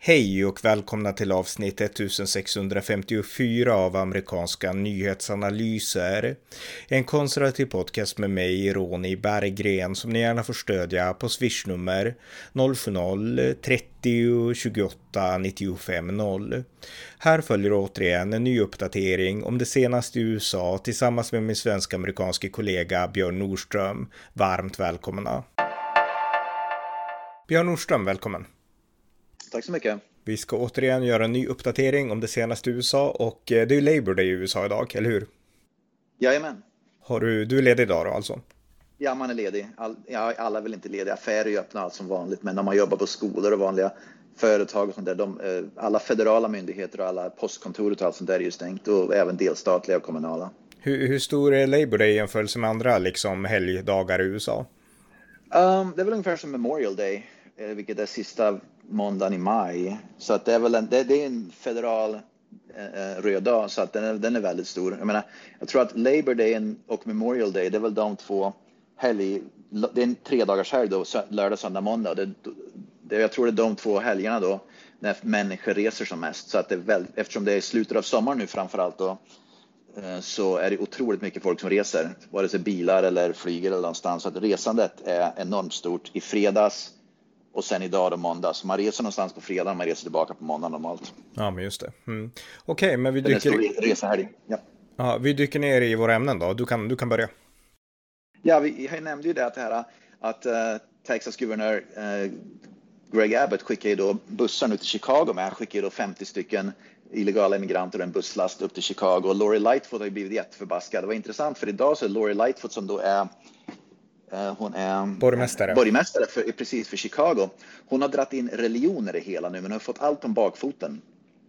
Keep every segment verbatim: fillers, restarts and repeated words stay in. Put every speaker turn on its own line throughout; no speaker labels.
Hej och välkomna till avsnitt sextonhundrafemtiofyra av amerikanska nyhetsanalyser. En konservativ podcast med mig, Ronny Berggren, som ni gärna får stödja på swishnummer noll sju noll trettio tjugoåtta nittiofem noll. Här följer återigen en ny uppdatering om det senaste i U S A tillsammans med min svensk-amerikanske kollega Björn Nordström. Varmt välkomna. Björn Nordström, välkommen.
Tack så mycket.
Vi ska återigen göra en ny uppdatering om det senaste i U S A och det är ju Labor Day i U S A idag, eller hur?
Jajamän.
Har du, du är ledig idag då alltså?
Ja, man är ledig. All, ja, alla är väl inte lediga. Affärer är öppna allt som vanligt, men när man jobbar på skolor och vanliga företag och sånt där, de, alla federala myndigheter och alla postkontor och allt sånt där är ju stängt, och även delstatliga och kommunala.
Hur, hur stor är Labor Day i jämförelse med andra liksom helgdagar i U S A?
Um, det är väl ungefär som Memorial Day, vilket är sista måndagen i maj. Så att det är väl en, det, det är en federal eh, röd dag, så att den är, den är väldigt stor. Jag menar, jag tror att Labor Day och Memorial Day, det är väl de två helg, det är en tre dagars helg då, lördag, söndag, måndag. Det, det, jag tror det är de två helgerna då när människor reser som mest. Så att det är väl, eftersom det är slutet av sommaren nu framförallt då, eh, så är det otroligt mycket folk som reser, vare sig bilar eller flyger eller någonstans. Så att resandet är enormt stort. I fredags och sen idag och måndag. Så man reser någonstans på fredag och man reser tillbaka på måndag normalt.
Ja, men just det. Mm. Okej, okay, men vi
dyker...
dyker...
resa här. Ja.
Ja, vi dyker ner i våra ämnen då. Du kan, du kan börja.
Ja, vi, jag nämnde ju det, att, det här, att uh, Texas guvernör uh, Greg Abbott skickar ju då bussar nu till Chicago med. Han skickar ju då femtio stycken illegala immigranter och en busslast upp till Chicago. Och Lori Lightfoot har ju blivit jätteförbaskad. Det var intressant, för idag så är Lori Lightfoot, som då är hon är
borgmästare,
borgmästare för, precis för Chicago. Hon har dratt in religioner i hela nu, men hon har fått allt om bakfoten.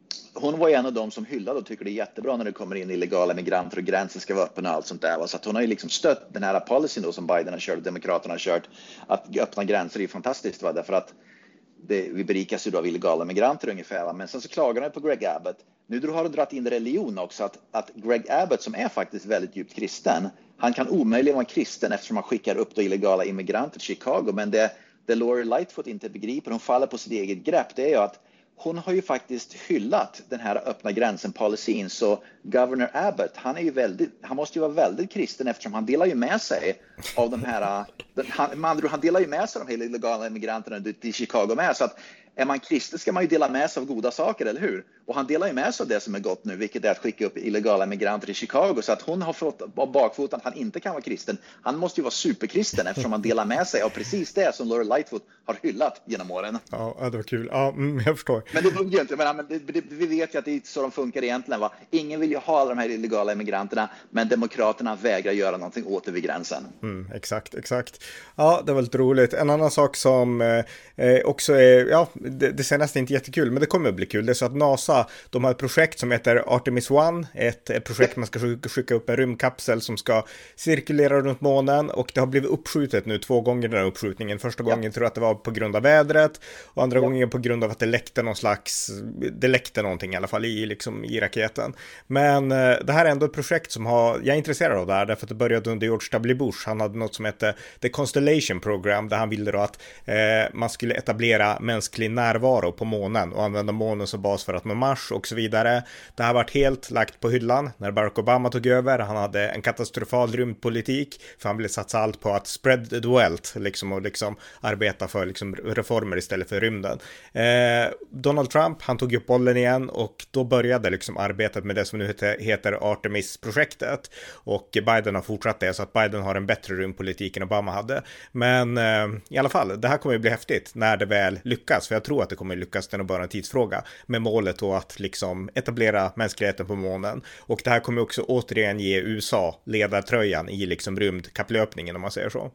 Hon var en av dem som hyllade och tycker det är jättebra när det kommer in illegala migranter och gränsen ska vara öppen och allt sånt där. Så att hon har ju liksom stött den här policyn då som Biden har kört och Demokraterna har kört. Att öppna gränser är fantastiskt, va? Därför att det, vi berikas ju då av illegala migranter ungefär. Va? Men sen så klagar de på Greg Abbott. Nu har de dratt in religion också. Att, att Greg Abbott, som är faktiskt väldigt djupt kristen, han kan omöjligen vara kristen eftersom han skickar upp då illegala immigranter till Chicago. Men det, det Lori Lightfoot inte begriper, hon faller på sitt eget grepp, det är ju att hon har ju faktiskt hyllat den här öppna gränsen-policyn. Så governor Abbott, han, är ju väldigt, han måste ju vara väldigt kristen eftersom han delar ju med sig av de här, han, man, han delar ju med sig av de här illegala immigranterna till Chicago med. Så att är man kristen ska man ju dela med sig av goda saker, eller hur? Och han delar ju med sig av det som är gott nu, vilket är att skicka upp illegala migranter till Chicago. Så att hon har fått av bakfoten att han inte kan vara kristen. Han måste ju vara superkristen eftersom han delar med sig av precis det som Lori Lightfoot har hyllat genom åren.
Ja, det var kul. Ja, mm, jag förstår.
Men det funkar inte. Men, men det, det, vi vet ju att det är så de funkar egentligen. Va? Ingen vill ju ha alla de här illegala immigranterna, men Demokraterna vägrar göra någonting åt det vid gränsen.
Mm, exakt, exakt. Ja, det var lite roligt. En annan sak som eh, också är, ja, det, det senaste är inte jättekul, men det kommer att bli kul. Det är så att NASA, de har ett projekt som heter Artemis One, ett, ett projekt man ska skicka, skicka upp en rymdkapsel som ska cirkulera runt månen, och det har blivit uppskjutet nu två gånger, den här uppskjutningen. Första gången ja. tror jag att det var på grund av vädret, och andra ja. gången på grund av att det läckte någon slags, det läckte någonting i alla fall i, liksom, i raketen. Men eh, det här är ändå ett projekt som har, jag är intresserad av det här, därför att det började under George W. Bush. Han hade något som hette The Constellation Program, där han ville då att eh, man skulle etablera mänsklig närvaro på månen och använda månen som bas för att med Mars och så vidare. Det har varit helt lagt på hyllan när Barack Obama tog över. Han hade en katastrofal rymdpolitik, för han ville satsa allt på att spread the wealth liksom, och liksom arbeta för liksom, reformer istället för rymden. Eh, Donald Trump, han tog upp bollen igen, och då började liksom arbetet med det som nu heter, heter Artemis-projektet, och Biden har fortsatt det, så att Biden har en bättre rymdpolitik än Obama hade. Men eh, i alla fall, det här kommer att bli häftigt när det väl lyckas, för jag tror att det kommer att lyckas, den är bara en tidsfråga, med målet då att liksom etablera mänskligheten på månen. Och det här kommer också återigen ge U S A ledartröjan i liksom rymdkapplöpningen, om man säger så.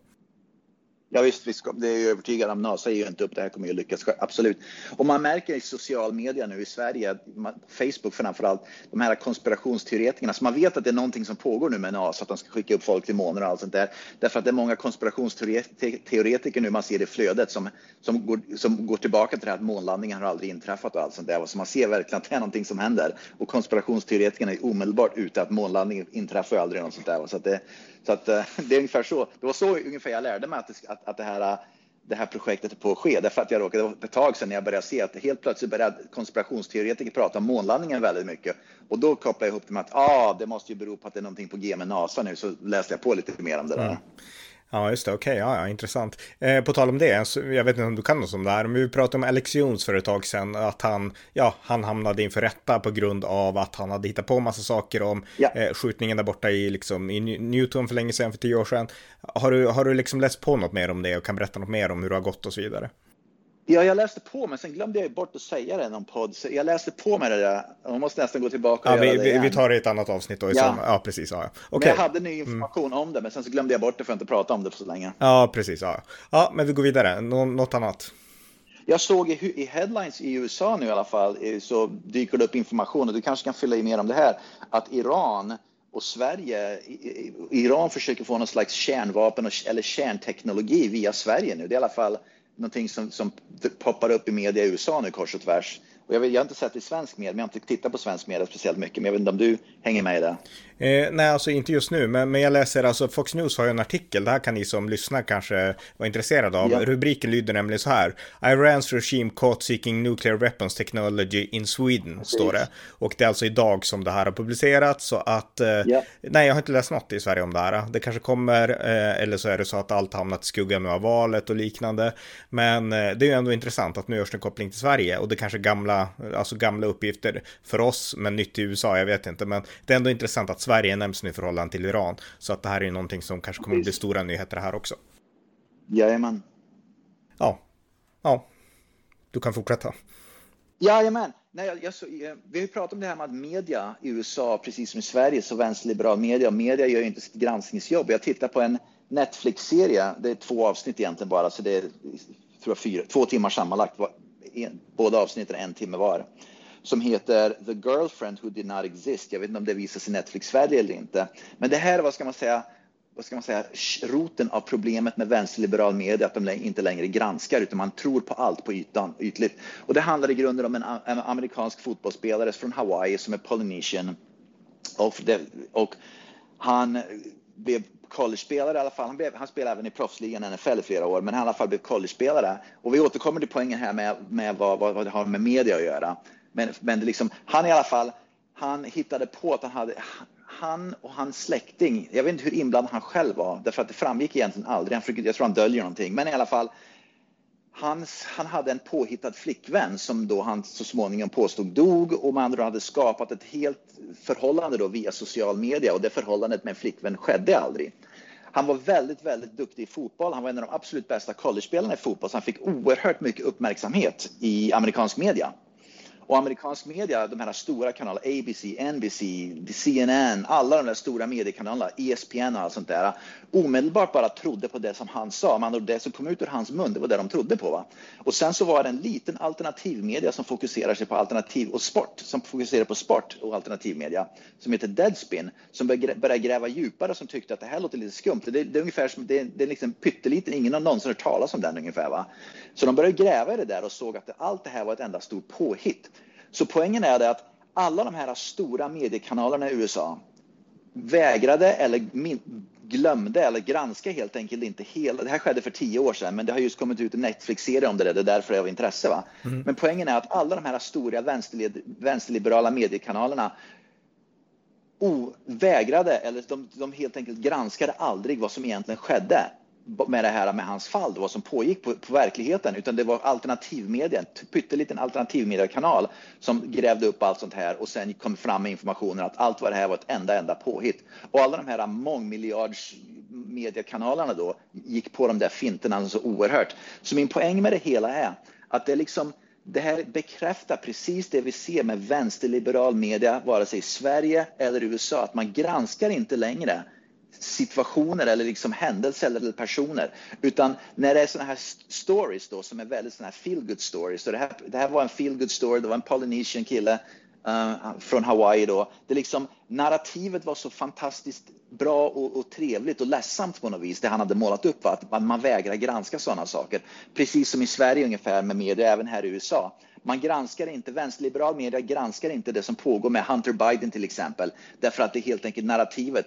Ja visst, vi ska, det är ju övertygad om. NASA är ju inte upp, det här kommer ju lyckas, absolut. Och man märker i social media nu i Sverige, Facebook framförallt, de här konspirationsteoretikerna, så man vet att det är någonting som pågår nu med NASA, att de ska skicka upp folk till månen och allt sånt där. Därför att det är många konspirationsteoretiker nu, man ser det flödet som, som, går, som går tillbaka till det här att månlandningen har aldrig inträffat och allt sånt där. Så man ser verkligen att det är någonting som händer. Och konspirationsteoretikerna är omedelbart ute att månlandningen inträffar ju aldrig något sånt där. Så att det, så att, det är ungefär så. Det var så ungefär jag lärde mig att, att, att det här det här projektet är på att ske. Därför att jag råkade, det var ett tag sedan när jag började se att helt plötsligt började konspirationsteoretiker prata om månlandningen väldigt mycket. Och då kopplade jag ihop det med att ah, det måste ju bero på att det är någonting på G med NASA nu, så läste jag på lite mer om det där. Mm.
Ja, just det. Okej, okay, ja, ja, intressant. Eh, på tal om det, så, jag vet inte om du kan något om det här, men vi pratade om Alex Jones för ett tag sedan, att han, ja, han hamnade inför rätta på grund av att han hade hittat på massa saker om ja. eh, skjutningen där borta i, liksom, i Newton för länge sedan, för tio år sedan. Har du, har du liksom läst på något mer om det och kan berätta något mer om hur det har gått och så vidare?
Ja, jag läste på, men sen glömde jag bort att säga det i någon podd. Så jag läste på med det där. Man måste nästan gå tillbaka och
ja,
göra
vi,
det igen.
Vi tar det i ett annat avsnitt då. I
ja.
Samma, ja, precis. Ja. Okay.
Men jag hade ny information mm. om det, men sen så glömde jag bort det för att inte prata om det för så länge.
Ja, precis. Ja, ja men vi går vidare. Nå- något annat?
Jag såg i, i headlines i U S A nu i alla fall, så dyker det upp information, och du kanske kan fylla i mer om det här, att Iran och Sverige, Iran försöker få någon slags kärnvapen eller kärnteknologi via Sverige nu. Det är i alla fall någonting som, som poppar upp i media i U S A nu kors och tvärs. Och jag, vet, jag har inte sett det i svensk media, men jag har inte tittat på svensk media speciellt mycket. Men jag vet inte om du hänger med i det.
Eh, nej, alltså inte just nu. Men, men jag läser, alltså Fox News har ju en artikel. Det här kan ni som lyssnar kanske vara intresserade av. Ja. Rubriken lyder nämligen så här: Iran's regime caught seeking nuclear weapons technology in Sweden, precis. Står det. Och det är alltså idag som det här har publicerats. Så att, eh, ja. nej, jag har inte läst något i Sverige om det här. Det kanske kommer, eh, eller så är det så att allt hamnat i skuggan av valet och liknande. Men eh, det är ju ändå intressant att nu görs en koppling till Sverige. Och det kanske gamla alltså gamla uppgifter för oss, men nytt i U S A, jag vet inte, men det är ändå intressant att Sverige nämns nu i förhållande till Iran, så att det här är någonting som kanske kommer att bli stora nyheter här också.
Jajamän.
Ja, ja, du kan fortsätta.
Jajamän. Nej, jag, jag, så, jag, vi har ju pratat om det här med att media i U S A, precis som i Sverige, så vänsterliberal media, och media gör ju inte sitt granskningsjobb. Jag tittar på en Netflix-serie, det är två avsnitt egentligen bara, så det är tror jag, fyra, två timmar sammanlagt. En, båda avsnitten en timme var, som heter The Girlfriend Who Did Not Exist. Jag vet inte om det visas i Netflix Sverige eller inte, men det här, vad ska man säga, vad ska man säga, roten av problemet med vänsterliberal media, att de inte längre granskar utan man tror på allt på ytan, ytligt. Och det handlar i grunden om en, en amerikansk fotbollsspelare från Hawaii som är Polynesian, och, det, och han blev college-spelare i alla fall. Han, blev, han spelade även i proffsligan N F L i flera år, men han i alla fall blev college-spelare. Och vi återkommer till poängen här med, med vad, vad, vad det har med media att göra. Men, men det liksom, han i alla fall, han hittade på att han hade, han och hans släkting, jag vet inte hur inblandad han själv var, därför att det framgick egentligen aldrig. Han, jag tror han döljer någonting, men i alla fall, Hans, han hade en påhittad flickvän som då han så småningom påstod dog, och med andra hade skapat ett helt förhållande då via social media, och det förhållandet med en flickvän skedde aldrig. Han var väldigt, väldigt duktig i fotboll. Han var en av de absolut bästa collegespelarna i fotboll, så han fick oerhört mycket uppmärksamhet i amerikansk media. Och amerikansk media, de här stora kanalerna, A B C, N B C, C N N, alla de där stora mediekanalerna, E S P N och allt sånt där, omedelbart bara trodde på det som han sa. Man, det som kom ut ur hans mun, det var det de trodde på. Va? Och sen så var det en liten alternativmedia som fokuserar sig på alternativ och sport, som fokuserar på sport och alternativmedia, som heter Deadspin, som började gräva djupare, som tyckte att det här låter lite skumt. Det, det är ungefär som, det, det är liksom pytteliten, ingen har någonsin hört talas om den ungefär. Va? Så de började gräva i det där och såg att allt det här var ett enda stort påhitt. Så poängen är det att alla de här stora mediekanalerna i U S A vägrade eller glömde eller granskade helt enkelt inte hela. Det här skedde för tio år sedan, men det har just kommit ut en Netflix-serie om det där. Det är därför det är av intresse. Va? Mm. Men poängen är att alla de här stora vänsterliberala mediekanalerna ovägrade eller de, de helt enkelt granskade aldrig vad som egentligen skedde med det här med hans fall, vad som pågick på, på verkligheten, utan det var alternativmedia, en pytteliten alternativmediekanal som grävde upp allt sånt här och sen kom fram med informationen att allt vad det här var ett enda enda påhitt. Och alla de här mångmiljards mediekanalerna då gick på de där finterna så oerhört. Så min poäng med det hela är att det liksom det här bekräftar precis det vi ser med vänsterliberal media, vare sig i Sverige eller i U S A, att man granskar inte längre situationer eller liksom händelser eller personer, utan när det är såna här stories då som är väldigt såna här feel good stories. Så det här, det här var en feel good story, det var en Polynesian kille uh, från Hawaii då. Det liksom narrativet var så fantastiskt bra och, och trevligt och ledsamt på något vis, det han hade målat upp, att man, man vägrar granska sådana saker, precis som i Sverige ungefär med media, även här i U S A. Man granskar inte, vänsterliberal media granskar inte det som pågår med Hunter Biden till exempel, därför att det helt enkelt narrativet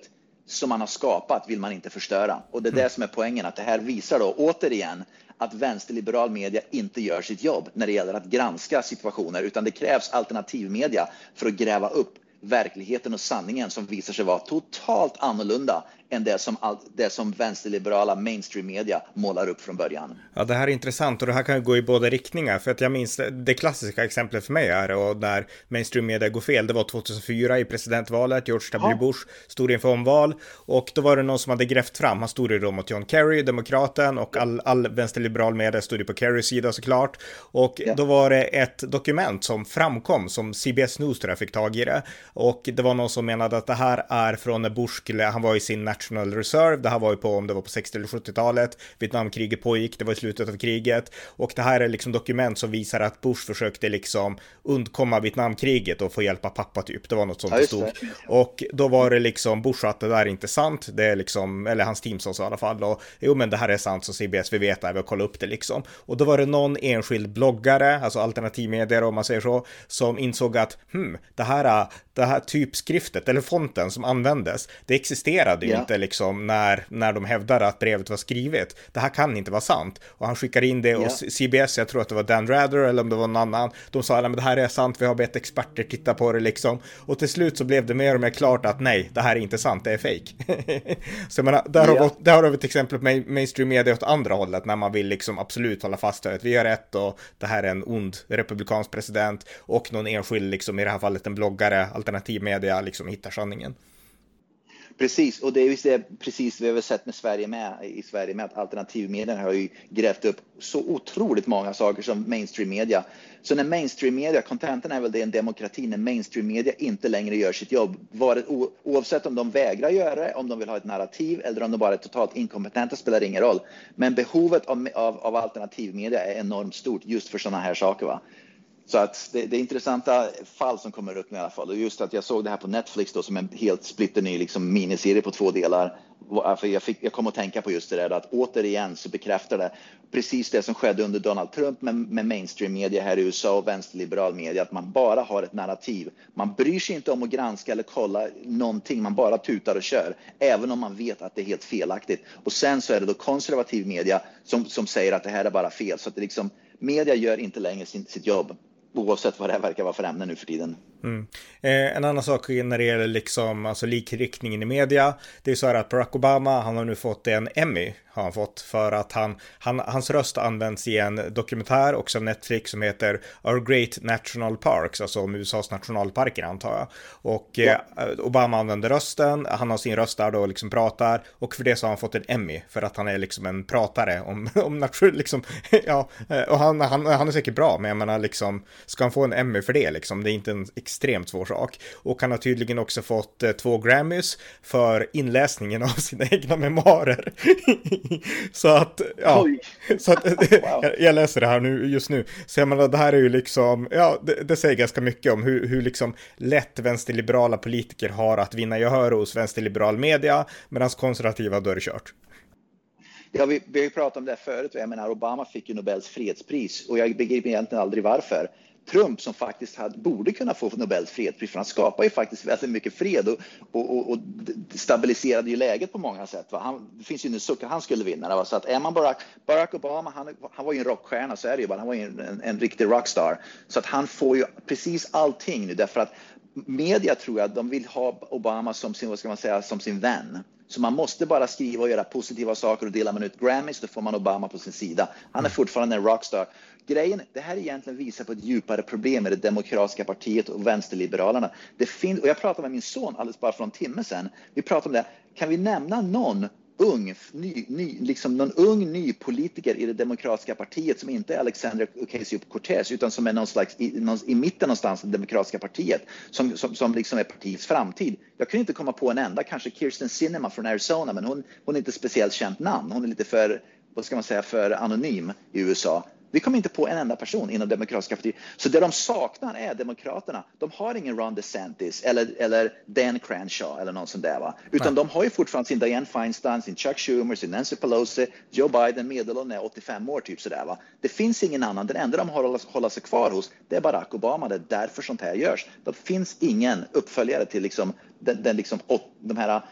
som man har skapat vill man inte förstöra. Och det är det som är poängen, att det här visar då återigen att vänsterliberal media inte gör sitt jobb när det gäller att granska situationer, utan det krävs alternativmedia för att gräva upp verkligheten och sanningen som visar sig vara totalt annorlunda än det som, det som vänsterliberala mainstream media målar upp från början.
Ja, det här är intressant och det här kan gå i båda riktningar, för att jag minns det klassiska exemplet för mig är och när mainstream media går fel, det var tjugohundrafyra i presidentvalet, George W. Ja. Bush stod inför omval och då var det någon som hade grävt fram, han stod ju då mot John Kerry, demokraten, och all, all vänsterliberal media stod ju på Kerrys sida såklart, och ja. Då var det ett dokument som framkom som C B S News tror jag fick tag i det, och det var någon som menade att det här är från när Bush skulle, han var i sin National Reserve, det här var ju på, om det var på sextio- eller sjuttiotalet, Vietnamkriget pågick, det var i slutet av kriget, och det här är liksom dokument som visar att Bush försökte liksom undkomma Vietnamkriget och få hjälpa pappa typ, det var något sånt ja, det stod. Det. Och då var det liksom Bush att det där är inte sant, det är liksom, eller hans team som sa i alla fall, och jo men det här är sant, så C B S, vi vet det, vi har kollat upp det liksom. Och då var det någon enskild bloggare, alltså alternativmedier om man säger så, som insåg att hmm, det här, det här typskriftet eller fonten som användes, det existerade ju yeah. inte liksom när, när de hävdade att brevet var skrivet. Det här kan inte vara sant. Och han skickar in det yeah. och C B S, jag tror att det var Dan Rather eller om det var någon annan, de sa att det här är sant, vi har bett experter titta på det liksom. Och till slut så blev det mer och mer klart att nej, det här är inte sant, det är fake. Så jag menar, där, yeah. har vi, där har vi ett exempel på mainstream media åt andra hållet, när man vill liksom absolut hålla fast att vi har rätt och det här är en ond republikansk president, och någon enskild liksom, i det här fallet en bloggare, alternativmedia liksom hittar sanningen.
Precis, och det är precis det vi har sett med Sverige med, i Sverige med att alternativmedierna har ju grävt upp så otroligt många saker som mainstream media. Så när mainstream media, contenten är väl det en demokrati, när mainstream media inte längre gör sitt jobb, var det, oavsett om de vägrar göra det, om de vill ha ett narrativ eller om de bara är totalt inkompetenta, spelar ingen roll. Men behovet av, av, av alternativmedia är enormt stort just för sådana här saker, va. Så att det, det är intressanta fall som kommer upp i alla fall. Och just att jag såg det här på Netflix då som en helt splitterny liksom miniserie på två delar. För jag, fick, jag kom att tänka på just det där att återigen så bekräftar det precis det som skedde under Donald Trump med, med mainstream media här i U S A och vänsterliberal media. Att man bara har ett narrativ. Man bryr sig inte om att granska eller kolla någonting. Man bara tutar och kör. Även om man vet att det är helt felaktigt. Och sen så är det då konservativ media som, som säger att det här är bara fel. Så att det liksom, media gör inte längre sin, sitt jobb. Oavsett vad det verkar vara för ämne nu för tiden.
Mm. Eh, en annan sak när det gäller liksom, alltså likriktningen i media, det är så här att Barack Obama, han har nu fått en Emmy, har han fått, för att han, han, hans röst används i en dokumentär också av Netflix som heter Our Great National Parks, alltså om U S A's nationalparker antar jag. Och ja. eh, Obama använder rösten, han har sin röst där då och liksom pratar, och för det så har han fått en Emmy, för att han är liksom en pratare om, om nation, liksom, ja, och han, han, han är säkert bra, men jag menar liksom, ska han få en Emmy för det liksom, det är inte en extremt svår sak. Och han har tydligen också fått eh, två Grammys för inläsningen av sina egna memoarer. Så att, ja, så att, wow. jag, jag läser det här nu, just nu. Så jag menar, det här är ju liksom, ja, det, det säger ganska mycket om hur, hur liksom lätt vänsterliberala politiker har att vinna gehör hos vänsterliberal media, medan konservativa då är det kört.
Ja, vi, vi har ju pratat om det förut. Jag menar, Obama fick ju Nobels fredspris och jag begriper egentligen aldrig varför. Trump som faktiskt hade, borde kunna få Nobels fredspris, för han skapar ju faktiskt väldigt mycket fred och, och, och, och stabiliserade ju läget på många sätt. Va? Han, det finns ju en suck att han skulle vinna. Va? Så att är man Barack, Barack Obama, han, han var ju en rockstjärna, så är det ju bara. Han var ju en, en, en riktig rockstar. Så att han får ju precis allting nu, därför att media tror jag att de vill ha Obama som sin, vad ska man säga, som sin vän. Så man måste bara skriva och göra positiva saker, och delar man ut Grammys, då får man Obama på sin sida. Han är fortfarande en rockstar. Grejen, det här egentligen visar på ett djupare problem med det demokratiska partiet och vänsterliberalerna. Det finns, och jag pratade med min son alldeles bara för en timme sedan. Vi pratade om det. Kan vi nämna någon ung, ny, ny, liksom någon ung ny politiker i det demokratiska partiet som inte är Alexandria Ocasio-Cortez, utan som är någon slags i, någon, i mitten någonstans i det demokratiska partiet, som, som, som liksom är partiets framtid. Jag kan inte komma på en enda, kanske Kirsten Sinema från Arizona, men hon, hon är inte speciellt känt namn. Hon är lite för, vad ska man säga, för anonym i U S A. Vi kommer inte på en enda person inom demokratiska partiet. Så det de saknar är demokraterna. De har ingen Ron DeSantis eller, eller Dan Crenshaw eller någon sån där, va? Utan Nej. De har ju fortfarande sin Dianne Feinstein, sin Chuck Schumer, sin Nancy Pelosi, Joe Biden, medelåldern är åttiofem år typ sådär, va? Det finns ingen annan. Den enda de har att hålla sig kvar hos, det är Barack Obama. Det är därför sånt här görs. Det finns ingen uppföljare till liksom, den, den liksom, de här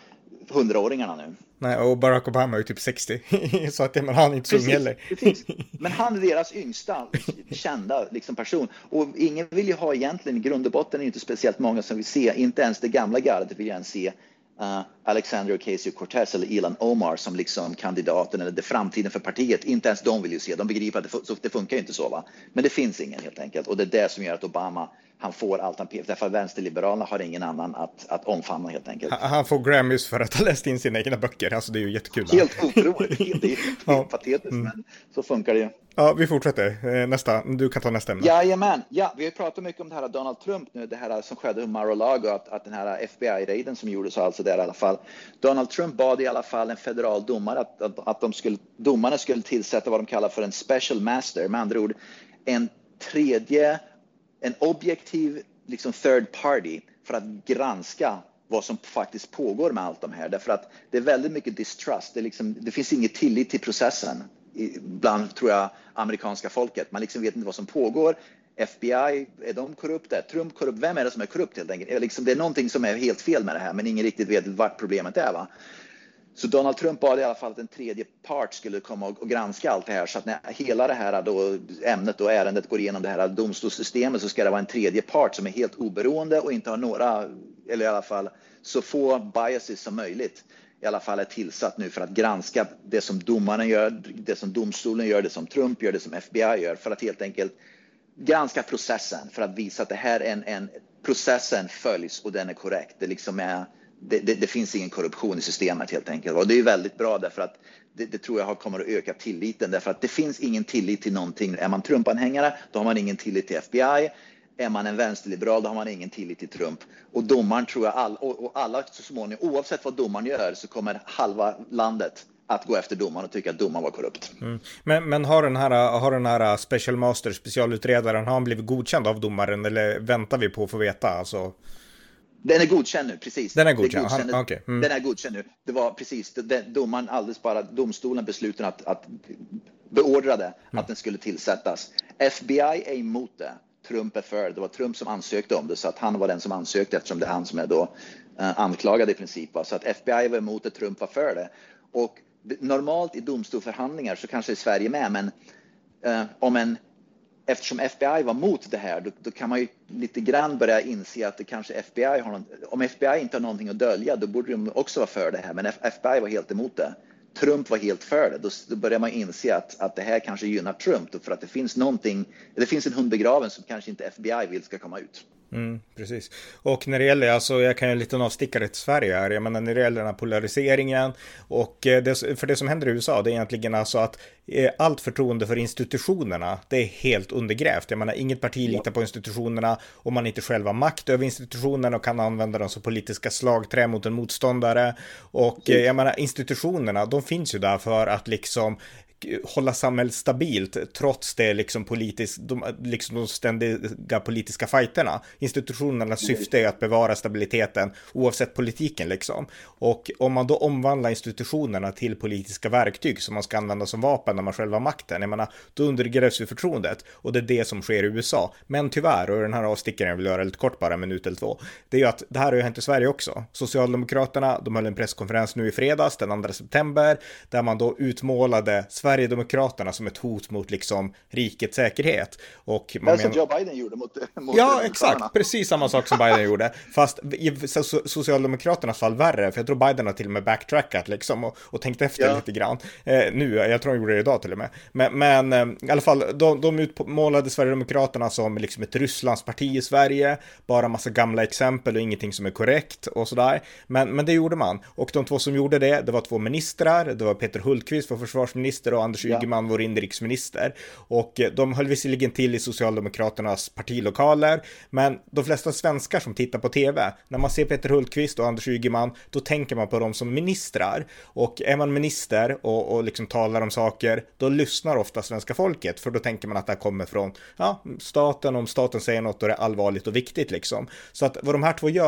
hundraåringarna nu.
Nej, och Barack Obama är ju typ sextio, så att men han är inte så ung heller.
Precis. Men han är deras yngsta kända liksom, person. Och ingen vill ju ha egentligen, i grund och botten är det inte speciellt många som vill se, inte ens det gamla gardet vill jag se uh, Alexandria Ocasio-Cortez eller Ilhan Omar som liksom kandidaten eller det framtiden för partiet. Inte ens de vill ju se, de begriper att det, så, det funkar ju inte så, va? Men det finns ingen helt enkelt, och det är det som gör att Obama, han får allt han pekar, därför att vänsterliberalerna har ingen annan att, att omfamna helt enkelt.
Han får Grammys för att ha läst in sina egna böcker, alltså det är ju jättekul.
Helt otroligt, helt, helt ja. patetiskt, mm. men så funkar det ju.
Ja, vi fortsätter. Nästa, du kan ta nästa ämne.
Jajamän, ja, vi har pratat mycket om det här Donald Trump nu, det här som skedde i Mar-a-Lago, att, att den här F B I-raiden som gjordes alltså där i alla fall. Donald Trump bad i alla fall en federal domare att, att, att de skulle, domarna skulle tillsätta vad de kallar för en special master, med andra ord en tredje, en objektiv liksom third party för att granska vad som faktiskt pågår med allt de här. Därför att det är väldigt mycket distrust. Det, är liksom, det finns ingen tillit till processen bland, tror jag, amerikanska folket. Man liksom vet inte vad som pågår. F B I, är de korrupta? Trump korrupt? Vem är det som är korrupt helt enkelt? Liksom, det är någonting som är helt fel med det här, men ingen riktigt vet vart problemet är, va? Så Donald Trump bad i alla fall att en tredje part skulle komma och, och granska allt det här, så att när hela det här då, ämnet och ärendet går igenom det här domstolssystemet, så ska det vara en tredje part som är helt oberoende och inte har några, eller i alla fall så få biases som möjligt, i alla fall är tillsatt nu för att granska det som domarna gör, det som domstolen gör, det som Trump gör, det som F B I gör, för att helt enkelt granska processen, för att visa att det här är en, en processen följs och den är korrekt. Det liksom är Det, det, det finns ingen korruption i systemet helt enkelt. Och det är väldigt bra, därför att det, det tror jag kommer att öka tilliten. Därför att det finns ingen tillit till någonting. Är man Trump-anhängare, då har man ingen tillit till F B I. Är man en vänsterliberal, då har man ingen tillit till Trump. Och domaren tror jag, all, och, och alla så småningom, oavsett vad domaren gör, så kommer halva landet att gå efter domaren och tycka att domaren var korrupt.
Mm. Men, men har den här, har den här special master, specialutredaren, har han blivit godkänd av domaren, eller väntar vi på att få veta? Alltså...
Den är godkänd nu, precis.
Den är godkänd, godkänd. Han, okay. mm.
Den är godkänd nu. Det var precis, den, domaren alldeles bara, domstolen beslutade att, att beordrade mm. att den skulle tillsättas. F B I är emot det. Trump är för. Det var Trump som ansökte om det, så att han var den som ansökte, eftersom det är han som är då uh, anklagad i princip. Så att F B I var emot det, Trump var för det. Och normalt i domstolsförhandlingar, så kanske i Sverige med, men uh, om en eftersom F B I var mot det här, då, då kan man ju lite grann börja inse att det kanske F B I har någon, om F B I inte har någonting att dölja, då borde de också vara för det här. Men F B I var helt emot det. Trump var helt för det. Då, då börjar man inse att, att det här kanske gynnar Trump, då, för att det finns någonting, det finns en hund begraven som kanske inte F B I vill ska komma ut.
Mm, precis. Och när det gäller, alltså jag kan ju lite avstickare till Sverige här, jag menar när det gäller den här polariseringen och det, för det som händer i U S A, det är egentligen alltså att eh, allt förtroende för institutionerna, det är helt undergrävt. Jag menar, inget parti litar på institutionerna om man inte själv har makt över institutionerna och kan använda dem som politiska slagträ mot en motståndare. Och eh, jag menar, institutionerna, de finns ju där för att liksom hålla samhället stabilt trots det liksom politiskt, de, liksom de ständiga politiska fighterna. Institutionernas syfte är att bevara stabiliteten oavsett politiken liksom. Och om man då omvandlar institutionerna till politiska verktyg som man ska använda som vapen när man själv har makten, jag menar, då undergrävs ju förtroendet, och det är det som sker i U S A. Men tyvärr, och den här avstickaren jag vill göra lite kort, bara en minut eller två, det är ju att det här har ju hänt i Sverige också. Socialdemokraterna, de höll en presskonferens nu i fredags den andra september, där man då utmålade Sverigedemokraterna som ett hot mot liksom rikets säkerhet. Och man
det är men... Joe Biden gjorde mot, mot
ja, exakt. Precis samma sak som Biden gjorde. Fast i Socialdemokraternas fall värre, för jag tror Biden har till och med backtrackat liksom och, och tänkt efter ja. lite grann. Eh, nu, jag tror han gjorde det idag till och med. Men, men eh, i alla fall, de, de utmålade Sverigedemokraterna som liksom ett Rysslandsparti i Sverige. Bara massa gamla exempel och ingenting som är korrekt och sådär. Men, men det gjorde man. Och de två som gjorde det, det var två ministrar. Det var Peter Hultqvist, vår försvarsminister, och Anders Ygeman, ja. vår inrikesminister. Och de höll visserligen till i Socialdemokraternas partilokaler, men de flesta svenskar som tittar på tv, när man ser Peter Hultqvist och Anders Ygeman, då tänker man på dem som ministrar. Och är man minister och, och liksom talar om saker, då lyssnar ofta svenska folket, för då tänker man att det här kommer från ja, staten. Om staten säger något, då är det allvarligt och viktigt liksom. Så att vad de här två gör,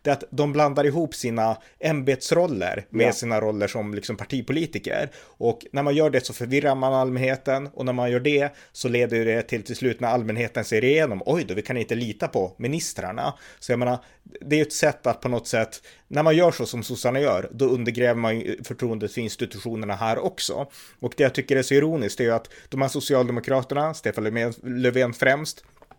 det är att de blandar ihop sina ämbetsroller med
Ja.
sina roller som liksom partipolitiker. Och när man gör det så förvirrar man allmänheten, och när man gör det så leder det till till slut när allmänheten ser igenom, oj då, vi kan inte lita på ministrarna. Så jag menar, det är ett sätt att på något sätt, när man gör så som sossarna gör, då undergräver man ju förtroendet för institutionerna här också. Och det jag tycker är så ironiskt är ju att de här socialdemokraterna, Stefan Löfven, Löfven främst,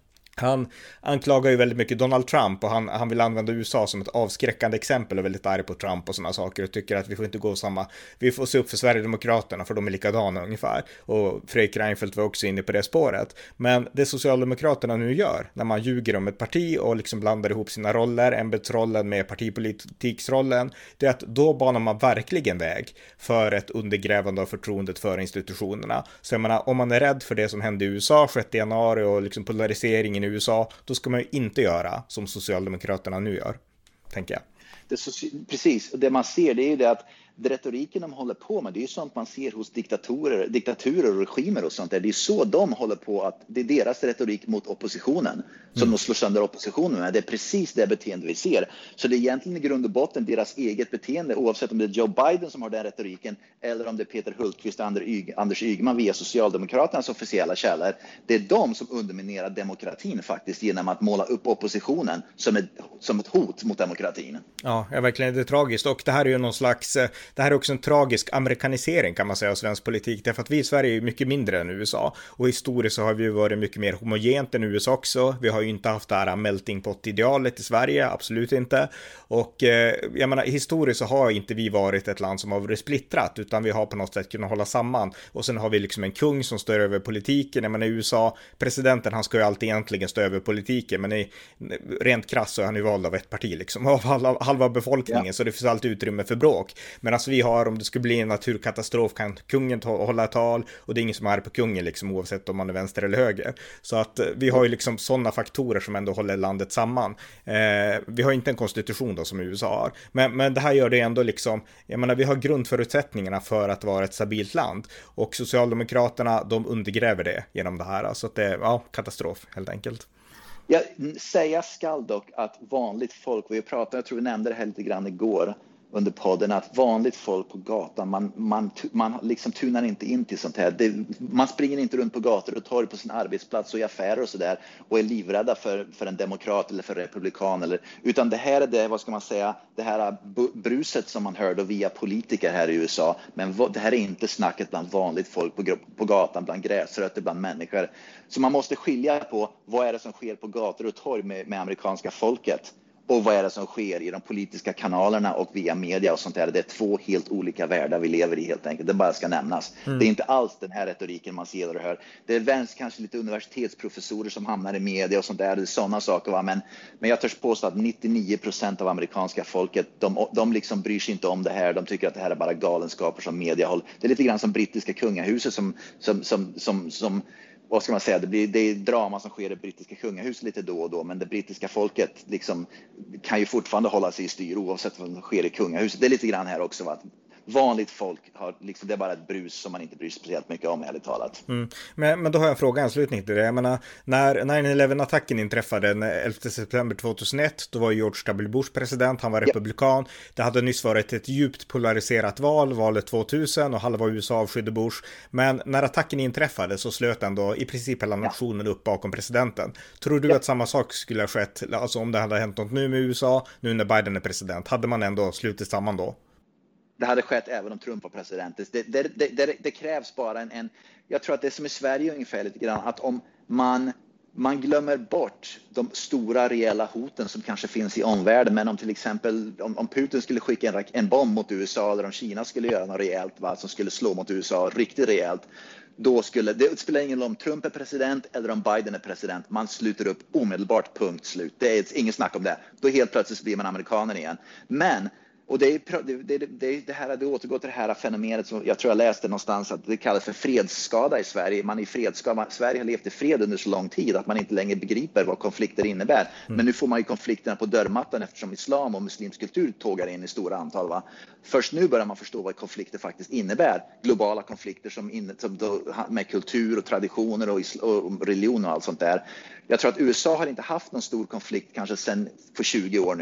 han anklagar ju väldigt mycket Donald Trump, och han, han vill använda U S A som ett avskräckande exempel och är väldigt arg på Trump och sådana saker och tycker att vi får inte gå samma, vi får se upp för Sverigedemokraterna för de är likadana ungefär, och Fredrik Reinfeldt var också inne på det spåret. Men det Socialdemokraterna nu gör, när man ljuger om ett parti och liksom blandar ihop sina roller, ämbetsrollen med partipolitiksrollen, det är att då banar man verkligen väg för ett undergrävande av förtroendet för institutionerna. Så jag menar, om man är rädd för det som hände i U S A sjätte januari och liksom polariseringen i U S A, då ska man ju inte göra som Socialdemokraterna nu gör, tänker jag.
Det, precis, och det man ser, det är ju det att det retoriken de håller på med, det är ju sånt man ser hos diktatorer, diktaturer och regimer och sånt där. Det är så de håller på, att det är deras retorik mot oppositionen som mm. de slår sönder oppositionen med. Det är precis det beteende vi ser. Så det är egentligen i grund och botten deras eget beteende, oavsett om det är Joe Biden som har den retoriken eller om det är Peter Hultqvist och Anders Ygeman via Socialdemokraternas officiella källor. Det är de som underminerar demokratin faktiskt genom att måla upp oppositionen som ett, som ett hot mot demokratin.
Ja, är verkligen, det är tragiskt, och det här är ju någon slags, det här är också en tragisk amerikanisering kan man säga av svensk politik, därför att vi i Sverige är mycket mindre än U S A, och historiskt så har vi ju varit mycket mer homogent än U S A också. Vi har ju inte haft det här melting pot-idealet i Sverige, absolut inte, och eh, jag menar, historiskt så har inte vi varit ett land som har varit splittrat, utan vi har på något sätt kunnat hålla samman, och sen har vi liksom en kung som står över politiken. Jag menar, i U S A, presidenten, han ska ju alltid egentligen stå över politiken, men i, rent krass så är han ju vald av ett parti liksom, av halva, halva befolkningen, ja. Så det finns alltid utrymme för bråk. Men alltså vi har, om det skulle bli en naturkatastrof kan kungen ta, hålla ett tal, och det är ingen som är här på kungen liksom, oavsett om man är vänster eller höger. Så att vi har ju liksom sådana faktorer som ändå håller landet samman. Eh, vi har inte en konstitution då som U S A har, men, men det här gör det ändå liksom, jag menar, vi har grundförutsättningarna för att vara ett stabilt land, och Socialdemokraterna, de undergräver det genom det här, alltså att det är, ja, katastrof helt enkelt.
Jag säga skall dock att vanligt folk, vi pratade, jag tror vi nämnde det här lite grann igår under podden, att vanligt folk på gatan, man, man, man liksom tunar inte in till sånt här. Det, man springer inte runt på gator och torg på sin arbetsplats och i affärer och sådär och är livrädda för, för en demokrat eller för republikan, eller, utan det här är det, vad ska man säga, det här bruset som man hörde via politiker här i U S A, men det här är inte snacket bland vanligt folk på, på gatan, bland gräsrötter, bland människor. Så man måste skilja på vad är det som sker på gator och torg med, med amerikanska folket, och vad är det som sker i de politiska kanalerna och via media och sånt där. Det är två helt olika världar vi lever i helt enkelt. Det bara ska nämnas. Mm. Det är inte alls den här retoriken man ser och hör. Det är vänster, kanske lite universitetsprofessorer som hamnar i media och sånt där. Det är sådana saker. Va? Men, men jag törs påstå att nittionio procent av amerikanska folket, de, de liksom bryr sig inte om det här. De tycker att det här är bara galenskaper som media håller. Det är lite grann som brittiska kungahuset som, som, som, som, som vad ska man säga, det, blir, det är drama som sker i brittiska kungahuset lite då och då, men det brittiska folket liksom kan ju fortfarande hålla sig i styr oavsett vad som sker i kungahuset. Det är lite grann här också, va? Vanligt folk har liksom, det är bara ett brus som man inte bryr sig speciellt mycket om, ärligt talat.
Mm. Men, men då har jag en fråga i anslutning till det. Jag menar, när nine eleven-attacken inträffade den elfte september tjugohundraett, då var George W. Bush president, han var republikan. Ja. Det hade nyss varit ett djupt polariserat val, valet tvåtusen, och halva U S A avskydde Bush. Men när attacken inträffade så slöt ändå i princip hela nationen ja. upp bakom presidenten. Tror du ja. att samma sak skulle ha skett, alltså om det hade hänt något nu med U S A, nu när Biden är president, hade man ändå slutit samman då?
Det hade skett även om Trump var president. Det, det, det, det, det krävs bara en, en... Jag tror att det är som i Sverige ungefär lite grann, att om man, man glömmer bort de stora reella hoten som kanske finns i omvärlden, men om till exempel om, om Putin skulle skicka en, en bomb mot U S A, eller om Kina skulle göra något rejält, va, som skulle slå mot U S A riktigt rejält, då skulle, det spelar ingen roll om Trump är president eller om Biden är president. Man sluter upp omedelbart, punkt slut. Det är ingen snack om det. Då helt plötsligt blir man amerikaner igen. Men och det, är, det, det, det, det här det återgår till det här fenomenet som jag tror jag läste någonstans, att det kallas för fredsskada i Sverige. Man i fredsskada, Sverige har levt i fred under så lång tid att man inte längre begriper vad konflikter innebär. Mm. Men nu får man ju konflikterna på dörrmattan eftersom islam och muslimsk kultur tågar in i stora antal. Va? Först nu börjar man förstå vad konflikter faktiskt innebär. Globala konflikter som, in, som då, med kultur och traditioner och, isl, och religion och allt sånt där. Jag tror att U S A har inte haft någon stor konflikt kanske sedan för tjugo år nu.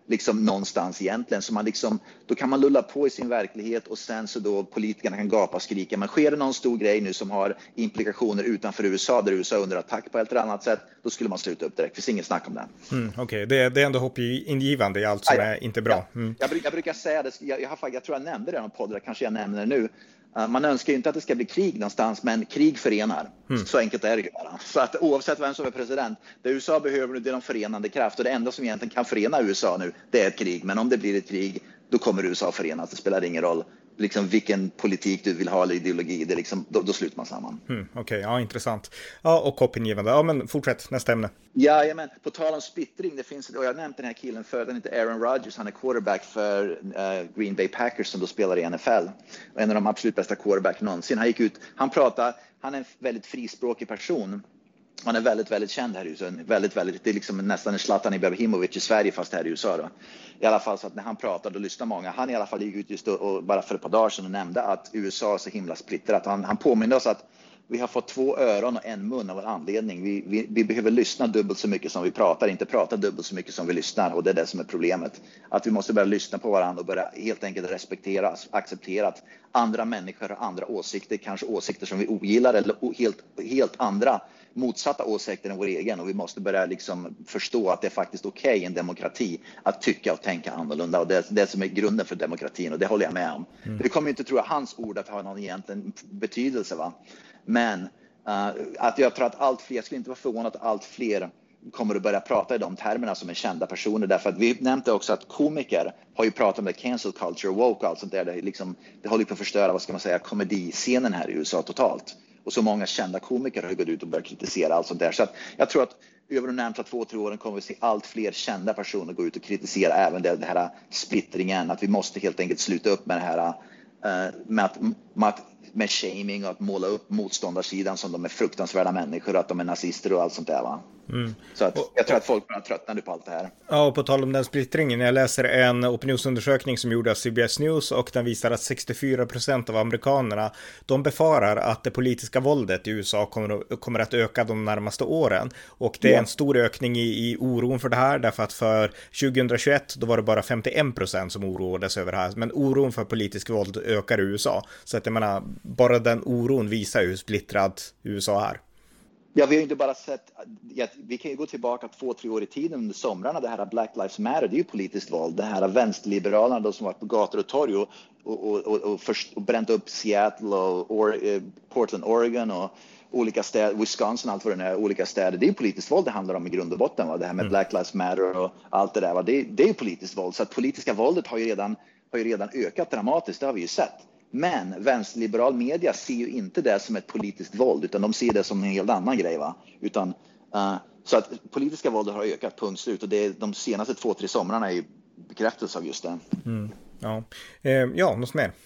liksom någonstans egentligen. Så man liksom, då kan man lulla på i sin verklighet och sen så då politikerna kan gapa och skrika. Men sker det någon stor grej nu som har implikationer utanför U S A, där U S A är under attack på ett eller annat sätt, då skulle man sluta upp direkt. Det finns inget snack om det.
Mm, Okej, okay. det, det är ändå hoppingivande i allt som ja, ja. är inte bra. Mm.
Ja. Jag, jag brukar säga det, jag, jag, har, jag tror jag nämnde det i någon podd, kanske jag nämner det nu. Uh, man önskar ju inte att det ska bli krig någonstans, men krig förenar. Mm. Så enkelt är det ju bara. Så att oavsett vem som är president, det U S A behöver nu, det är de förenande kraft. Och det enda som egentligen kan förena U S A nu, det är ett krig. Men om det blir ett krig, då kommer U S A förenas. Det spelar ingen roll liksom vilken politik du vill ha eller ideologi. Det liksom, då, då slutar man samman.
Mm, Okej, okay, ja, intressent. Ja, och hoppingivande. Ja, men fortsätt, nästa ämne.
Ja, men på tal om splittring, det finns, och jag har nämnt den här killen förut, han heter Aaron Rodgers, han är quarterback för uh, Green Bay Packers som då spelar i N F L. Och en av de absolut bästa quarterback någonsin. Han gick ut, han pratar, han är en väldigt frispråkig person. Han är väldigt, väldigt känd här i U S A. Väldigt, väldigt, det är liksom nästan en Zlatan Ibrahimovic i Sverige fast här i U S A då. I alla fall så att när han pratar då lyssnar många. Han i alla fall gick ut just då, och bara för ett par dagar sedan och nämnde att U S A är så himla splittrat. Han, han påminner oss att vi har fått två öron och en mun av en anledning. Vi, vi, vi behöver lyssna dubbelt så mycket som vi pratar, inte prata dubbelt så mycket som vi lyssnar. Och det är det som är problemet. Att vi måste börja lyssna på varandra och börja helt enkelt respektera, acceptera att andra människor har andra åsikter, kanske åsikter som vi ogillar eller helt, helt andra motsatta åsikter än vår egen. Och vi måste börja liksom förstå att det är faktiskt okej okay i en demokrati att tycka och tänka annorlunda. Och det är det som är grunden för demokratin, och det håller jag med om. Mm. Det kommer inte, tror jag, hans ord att ha någon egentligen betydelse, va? Men uh, att jag tror att allt fler, jag skulle inte vara förvånad att allt fler kommer att börja prata i de termerna som är kända personer. Därför att vi nämnde också att komiker har ju pratat om det, cancel culture, woke och allt sånt där. Det, liksom, det håller på att förstöra, vad ska man säga, komediscenen här i U S A totalt. Och så många kända komiker har gått ut och börjat kritisera allt sånt där. Så att jag tror att över de närmsta två, tre åren kommer vi se allt fler kända personer gå ut och kritisera även det, det här splittringen. Att vi måste helt enkelt sluta upp med det här uh, med att, med att med shaming och att måla upp motståndarsidan som de är fruktansvärda människor och att de är nazister och allt sånt där, va? Mm. Så att jag tror att folk är tröttnade på allt det här.
Ja, och på tal om den splittringen, jag läser en opinionsundersökning som gjordes av C B S News och den visar att sextiofyra procent av amerikanerna, de befarar att det politiska våldet i U S A kommer, kommer att öka de närmaste åren. Och det är ja. en stor ökning i, i oron för det här, därför att för tjugohundratjugoett då var det bara femtioen procent som oroades över det här. Men oron för politisk våld ökar i U S A. Så att jag menar, bara den oron visar hur splittrad U S A är.
Ja, vi har ju inte bara sett, ja, vi kan ju gå tillbaka två, tre år i tiden under somrarna, det här Black Lives Matter, det är ju politiskt våld. Det här vänsterliberalerna då, som varit på gator och torg och, och, och, och, och, först, och bränt upp Seattle och or, eh, Portland, Oregon och olika städer, Wisconsin, allt vad det är, olika städer. Det är ju politiskt våld det handlar om i grund och botten, va? Det här med mm. Black Lives Matter och allt det där, va? Det, det är ju politiskt våld. Så att politiska våldet har ju redan, har ju redan ökat dramatiskt, det har vi ju sett. Men vänsterliberal media ser ju inte det som ett politiskt våld, utan de ser det som en helt annan grej, va? Utan, uh, så att politiska våldet har ökat, punkt slut. Och det är, de senaste två, tre somrarna är ju bekräftelse av just det. Mm.
Ja. Eh, ja, något mer?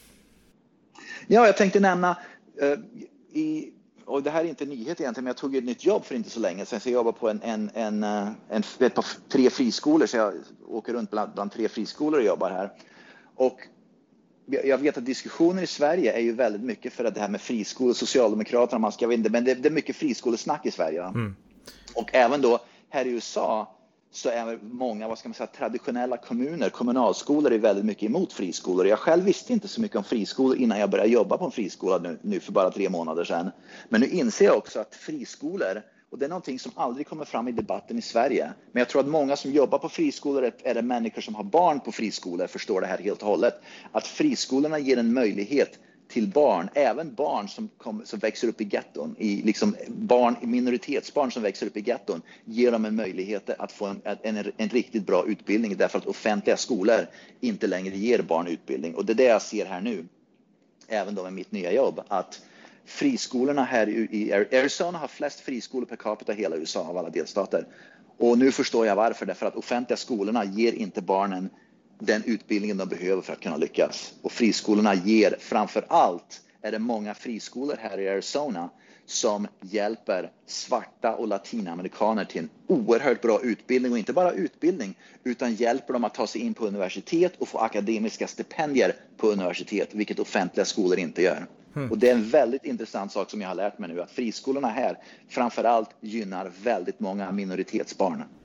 Ja, jag tänkte nämna, uh, i, och det här är inte en nyhet egentligen, men jag tog ett nytt jobb för inte så länge sedan. Så jag jobbar på en, en, en, en, en, ett par, tre friskolor, så jag åker runt bland, bland tre friskolor och jobbar här. Och jag vet att diskussioner i Sverige är ju väldigt mycket för att det här med friskolor, Socialdemokraterna, man ska veta, men det, det är mycket friskolesnack i Sverige. Mm. Och även då här i U S A så är många, vad ska man säga, traditionella kommuner, kommunalskolor är väldigt mycket emot friskolor. Jag själv visste inte så mycket om friskolor innan jag började jobba på en friskola nu, nu för bara tre månader sedan. Men nu inser jag också att friskolor, och det är någonting som aldrig kommer fram i debatten i Sverige. Men jag tror att många som jobbar på friskolor, är det människor som har barn på friskolor, förstår det här helt och hållet. Att friskolorna ger en möjlighet till barn, även barn som, kom, som växer upp i getton, i liksom barn, minoritetsbarn som växer upp i getton, ger dem en möjlighet att få en, en, en riktigt bra utbildning, därför att offentliga skolor inte längre ger barn utbildning. Och det är det jag ser här nu, även då med mitt nya jobb, att friskolorna här i Arizona har flest friskolor per capita i hela U S A av alla delstater. Och nu förstår jag varför, därför att offentliga skolorna ger inte barnen den utbildningen de behöver för att kunna lyckas. Och friskolorna ger, framför allt är det många friskolor här i Arizona som hjälper svarta och latinamerikaner till en oerhört bra utbildning. Och inte bara utbildning, utan hjälper dem att ta sig in på universitet och få akademiska stipendier på universitet, vilket offentliga skolor inte gör. Mm. Och det är en väldigt intressant sak som jag har lärt mig nu, att friskolorna här framförallt gynnar väldigt många minoritetsbarn.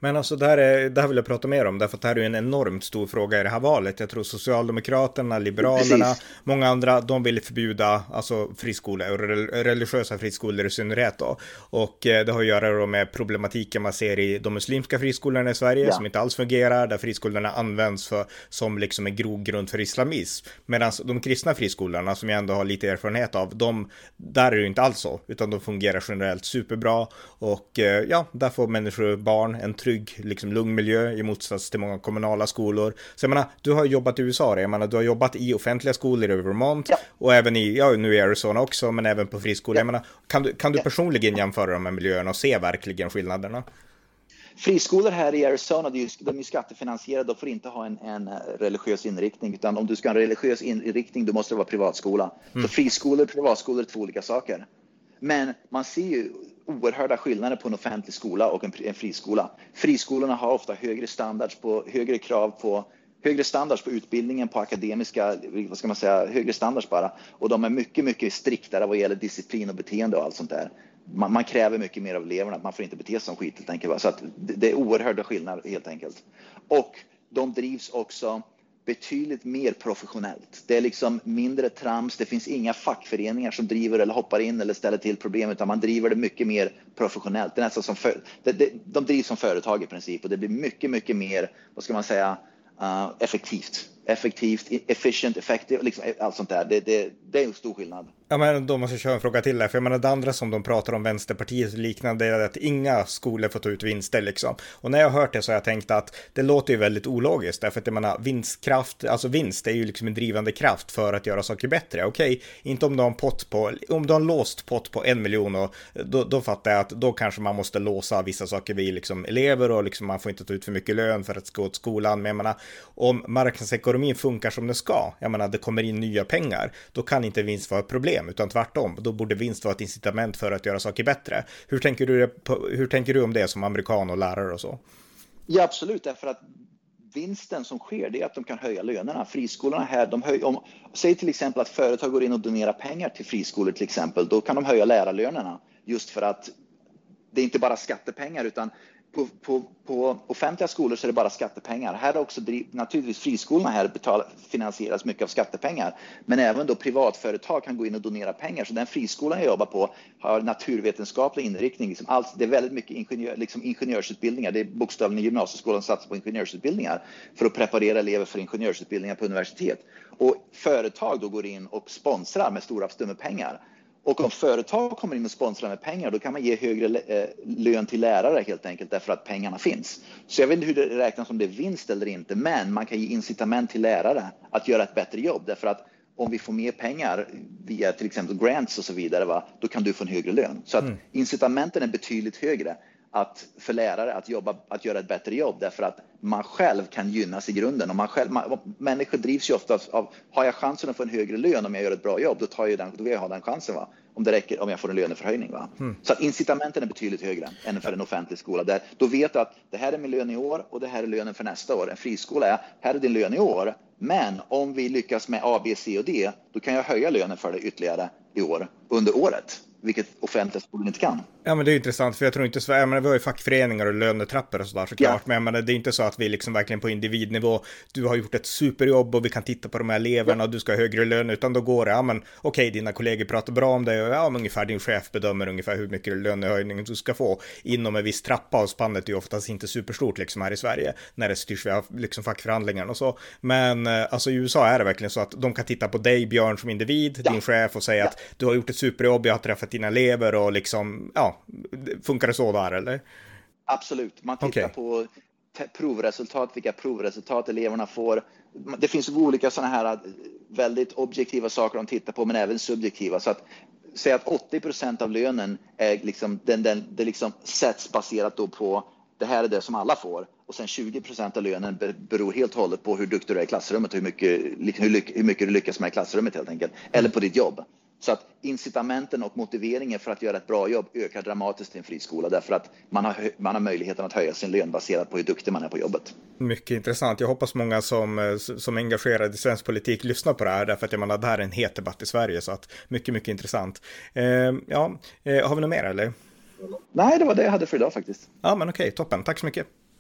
Men alltså det här, är, det här vill jag prata mer om, därför att det här är en enormt stor fråga i det här valet. Jag tror Socialdemokraterna, Liberalerna, Precis. många andra, de vill förbjuda alltså friskolor och religiösa friskolor i synnerhet då. Och eh, det har att göra då med problematiken man ser i de muslimska friskolorna i Sverige, ja. som inte alls fungerar, där friskolorna används för, som liksom en grogrund för islamism. Medan de kristna friskolorna, som jag ändå har lite erfarenhet av, de, där är det inte alls så, utan de fungerar generellt superbra. Och eh, ja, där får människor, barn, en trygg liksom lugn miljö i motsats till många kommunala skolor. Så jag menar, du har jobbat i U S A, jag menar, du har jobbat i offentliga skolor i Vermont ja. och även i, ja nu i Arizona också, men även på friskolor. Ja. Jag menar, kan du, kan du personligen jämföra de här miljöerna och se verkligen skillnaderna?
Friskolor här i Arizona, de är, de är skattefinansierade och får inte ha en, en religiös inriktning, utan om du ska ha en religiös inriktning, då måste det vara privatskola. Mm. Så friskolor och privatskolor är två olika saker. Men man ser ju oerhörda skillnader på en offentlig skola och en, en friskola. Friskolorna har ofta högre standards på, högre krav på, högre standards på utbildningen, på akademiska, vad ska man säga, högre standards bara. Och de är mycket, mycket striktare vad gäller disciplin och beteende och allt sånt där. Man, man kräver mycket mer av eleverna, man får inte bete sig som skit helt enkelt. Så att det, det är oerhörda skillnader helt enkelt. Och de drivs också betydligt mer professionellt. Det är liksom mindre trams, det finns inga fackföreningar som driver eller hoppar in eller ställer till problem, utan man driver det mycket mer professionellt. Det är nästan som för, det, det, de drivs som företag i princip och det blir mycket, mycket mer, vad ska man säga, uh, effektivt. Effektivt, efficient, effektivt, liksom allt sånt där. Det, det, det är en stor skillnad.
Ja, men då måste jag köra en fråga till där. För jag menar, det andra som de pratar om Vänsterpartiet liknande är att inga skolor får ta ut vinster liksom. Och när jag har hört det så har jag tänkt att det låter ju väldigt ologiskt. Därför att jag menar, vinstkraft, alltså vinst är ju liksom en drivande kraft för att göra saker bättre. Okej, inte om du har en pott på, om du har en låst pott på en miljon och då, då fattar jag att då kanske man måste låsa vissa saker vid liksom elever och liksom man får inte ta ut för mycket lön för att gå till skolan. Men jag menar, om marknadsekonomin funkar som det ska, jag menar, det kommer in nya pengar, då kan inte vinst vara ett problem, utan tvärtom, då borde vinst vara ett incitament för att göra saker bättre. Hur tänker du, hur tänker du om det som amerikan och lärare och så?
Ja, absolut, därför att vinsten som sker, det är att de kan höja lönerna. Friskolorna här, de höj, om, säg till exempel att företag går in och donerar pengar till friskolor till exempel, då kan de höja lärarlönerna, just för att det är inte bara skattepengar, utan På, på, på offentliga skolor så är det bara skattepengar. Här är också naturligtvis friskolorna här betalar, finansieras mycket av skattepengar. Men även då privatföretag kan gå in och donera pengar. Så den friskolan jag jobbar på har naturvetenskaplig inriktning. Liksom allt, det är väldigt mycket ingenjör, liksom ingenjörsutbildningar. Det är bokstavligen i gymnasieskolan satsar på ingenjörsutbildningar för att preparera elever för ingenjörsutbildningar på universitet. Och företag då går in och sponsrar med stora summor pengar. Och om företag kommer in och sponsrar med pengar, då kan man ge högre eh, lön till lärare helt enkelt därför att pengarna finns. Så jag vet inte hur det räknas, om det är vinst eller inte, men man kan ge incitament till lärare att göra ett bättre jobb. Därför att om vi får mer pengar via till exempel grants och så vidare, va, då kan du få en högre lön. Så att mm. incitamenten är betydligt högre att för lärare att jobba, att göra ett bättre jobb, därför att man själv kan gynnas i grunden. Och man själv, man, människor drivs ju ofta av, har jag chansen att få en högre lön om jag gör ett bra jobb, då tar jag den, då vill jag ha den chansen, va? Om det räcker, om jag får en löneförhöjning, va? Mm. Så att incitamenten är betydligt högre än för en offentlig skola. Där, då vet du att det här är min lön i år och det här är lönen för nästa år. En friskola är, här är din lön i år, men om vi lyckas med A, B, C och D, då kan jag höja lönen för dig ytterligare i år, under året. Vilket offentliga skolor inte kan.
Ja, men det är intressant, för jag tror inte så, jag menar, vi har ju fackföreningar och lönetrappor och sådär såklart, ja. Men jag menar, det är inte så att vi liksom verkligen på individnivå, du har gjort ett superjobb och vi kan titta på de här eleverna, ja. Och du ska ha högre lön, utan då går det, ja men okej, dina kollegor pratar bra om det och ja, men ungefär din chef bedömer ungefär hur mycket lönehöjning du ska få inom en viss trappa, och spannet är ju oftast inte superstort liksom här i Sverige när det styrs via liksom fackförhandlingar och så, men alltså i U S A är det verkligen så att de kan titta på dig, Björn, som individ, ja. Din chef, och säga ja. Att du har gjort ett superjobb, jag har träffat dina elever och liksom, ja, funkar det så där eller?
Absolut, man tittar okay. på te- provresultat, vilka provresultat eleverna får. Det finns olika sådana här väldigt objektiva saker de tittar på, men även subjektiva. Så att säga att åttio procent av lönen är liksom, den, den, det liksom sätts baserat då på det här är det som alla får. Och sen tjugo procent av lönen beror helt och hållet på hur duktig du är i klassrummet och hur mycket, hur, hur mycket du lyckas med i klassrummet helt enkelt. Eller på ditt jobb. Så att incitamenten och motiveringen för att göra ett bra jobb ökar dramatiskt i en friskola, därför att man har, man har möjligheten att höja sin lön baserat på hur duktig man är på jobbet. Mycket
intressant. Jag hoppas många som, som är engagerade i svensk politik lyssnar på det här, därför att jag menar, det här är en het debatt i Sverige, så att mycket, mycket intressant. Eh, ja, eh, har vi något mer eller?
Nej, det var det jag hade för idag faktiskt.
Ja, men okej, toppen. Tack så mycket.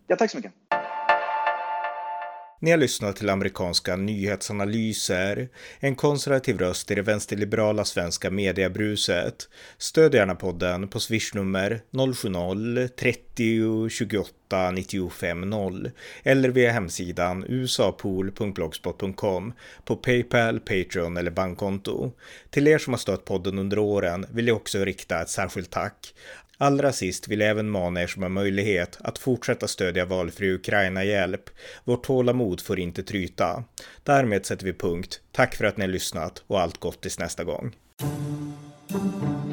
Ja, tack så mycket.
Ni har lyssnat till amerikanska nyhetsanalyser, en konservativ röst i det vänsterliberala svenska mediebruset. Stöd gärna podden på swishnummer noll sju noll trettio tjugoåtta nittiofem noll eller via hemsidan usapool punkt blogspot punkt com på PayPal, Patreon eller bankkonto. Till er som har stött podden under åren vill jag också rikta ett särskilt tack. Allra sist vill jag även mana er som har möjlighet att fortsätta stödja valfri Ukraina-hjälp. Vårt tålamod får inte tryta. Därmed sätter vi punkt. Tack för att ni har lyssnat och allt gott tills nästa gång.